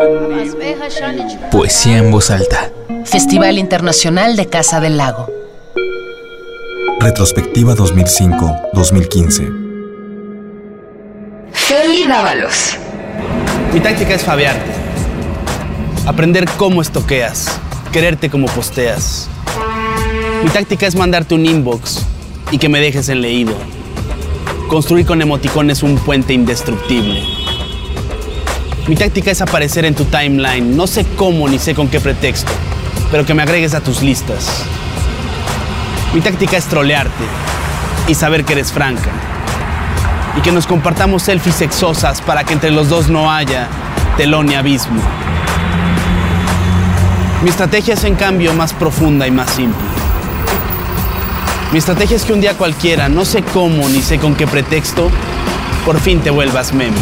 Poesía en voz alta. Festival Internacional de Casa del Lago. Retrospectiva 2005-2015. Feli Dávalos. Mi táctica es fabearte. Aprender cómo estoqueas. Quererte como posteas. Mi táctica es mandarte un inbox y que me dejes en leído. Construir con emoticones un puente indestructible. Mi táctica es aparecer en tu timeline. No sé cómo ni sé con qué pretexto, pero que me agregues a tus listas. Mi táctica es trolearte y saber que eres franca. Y que nos compartamos selfies sexosas para que entre los dos no haya telón ni abismo. Mi estrategia es en cambio más profunda y más simple. Mi estrategia es que un día cualquiera, no sé cómo ni sé con qué pretexto, por fin te vuelvas meme.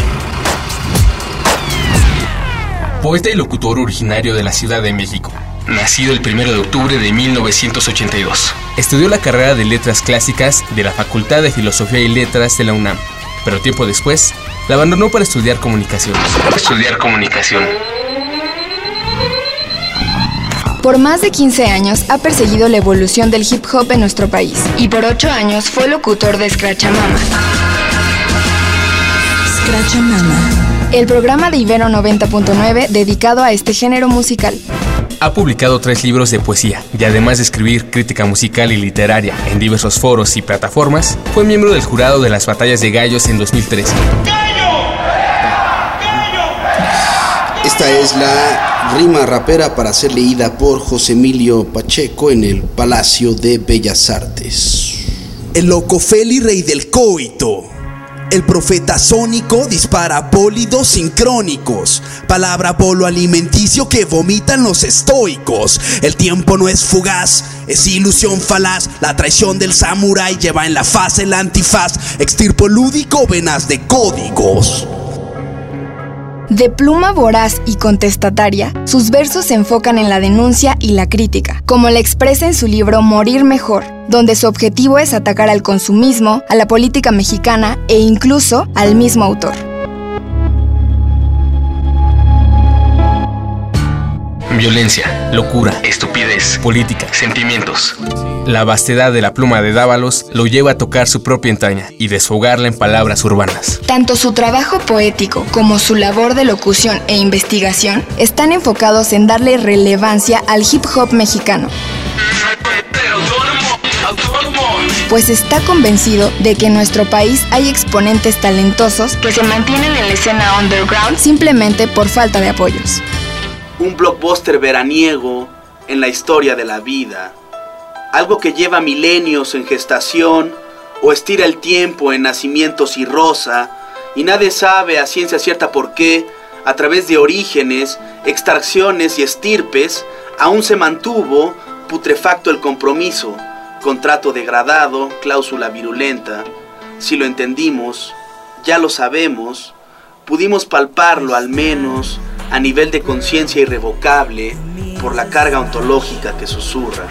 Poeta y locutor originario de la Ciudad de México. Nacido el 1 de octubre de 1982. Estudió la carrera de Letras Clásicas de la Facultad de Filosofía y Letras de la UNAM, pero tiempo después la abandonó para estudiar comunicación. Por más de 15 años ha perseguido la evolución del hip hop en nuestro país y por 8 años fue locutor de Scratchamama. El programa de Ibero 90.9 dedicado a este género musical. Ha publicado 3 libros de poesía y además de escribir crítica musical y literaria en diversos foros y plataformas, fue miembro del jurado de las Batallas de Gallos en 2013. Esta es la rima rapera para ser leída por José Emilio Pacheco en el Palacio de Bellas Artes. El loco Feli, rey del coito. El profeta sónico dispara bólidos sincrónicos. Palabra bolo alimenticio que vomitan los estoicos. El tiempo no es fugaz, es ilusión falaz. La traición del samurái lleva en la faz el antifaz. Extirpo lúdico, venas de códigos. De pluma voraz y contestataria, sus versos se enfocan en la denuncia y la crítica, como la expresa en su libro Morir Mejor, donde su objetivo es atacar al consumismo, a la política mexicana e incluso al mismo autor. Violencia, locura, estupidez, política, sentimientos. La vastedad de la pluma de Dávalos lo lleva a tocar su propia entraña y desfogarla en palabras urbanas. Tanto su trabajo poético como su labor de locución e investigación están enfocados en darle relevancia al hip hop mexicano. Pues está convencido de que en nuestro país hay exponentes talentosos que se mantienen en la escena underground simplemente por falta de apoyos. Un blockbuster veraniego en la historia de la vida. Algo que lleva milenios en gestación o estira el tiempo en nacimientos y rosa, y nadie sabe a ciencia cierta por qué, a través de orígenes, extracciones y estirpes, aún se mantuvo putrefacto el compromiso, contrato degradado, cláusula virulenta. Si lo entendimos, ya lo sabemos, pudimos palparlo al menos a nivel de conciencia irrevocable por la carga ontológica que susurra.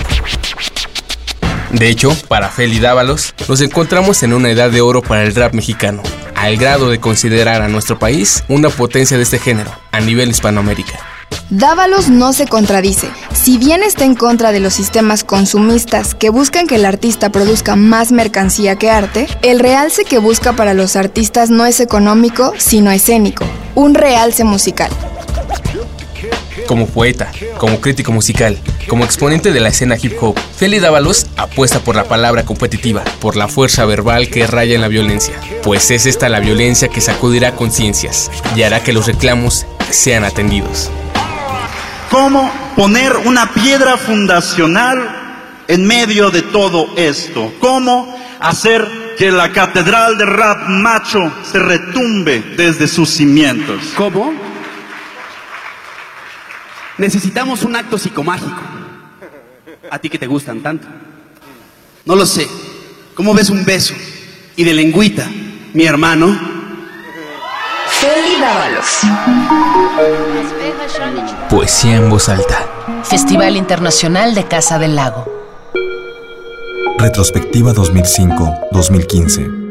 De hecho, para Feli Dávalos, nos encontramos en una edad de oro para el rap mexicano, al grado de considerar a nuestro país una potencia de este género, a nivel Hispanoamérica. Dávalos no se contradice. Si bien está en contra de los sistemas consumistas que buscan que el artista produzca más mercancía que arte, el realce que busca para los artistas no es económico, sino escénico, un realce musical. Como poeta, como crítico musical, como exponente de la escena hip hop, Feli Dávalos apuesta por la palabra competitiva, por la fuerza verbal que raya en la violencia, pues es esta la violencia que sacudirá conciencias y hará que los reclamos sean atendidos. ¿Cómo poner una piedra fundacional en medio de todo esto? ¿Cómo hacer que la catedral de rap macho se retumbe desde sus cimientos? ¿Cómo? Necesitamos un acto psicomágico. A ti que te gustan tanto. No lo sé. ¿Cómo ves un beso? Y de lengüita, mi hermano. Feli Dávalos. Poesía en voz alta. Festival Internacional de Casa del Lago. Retrospectiva 2005-2015.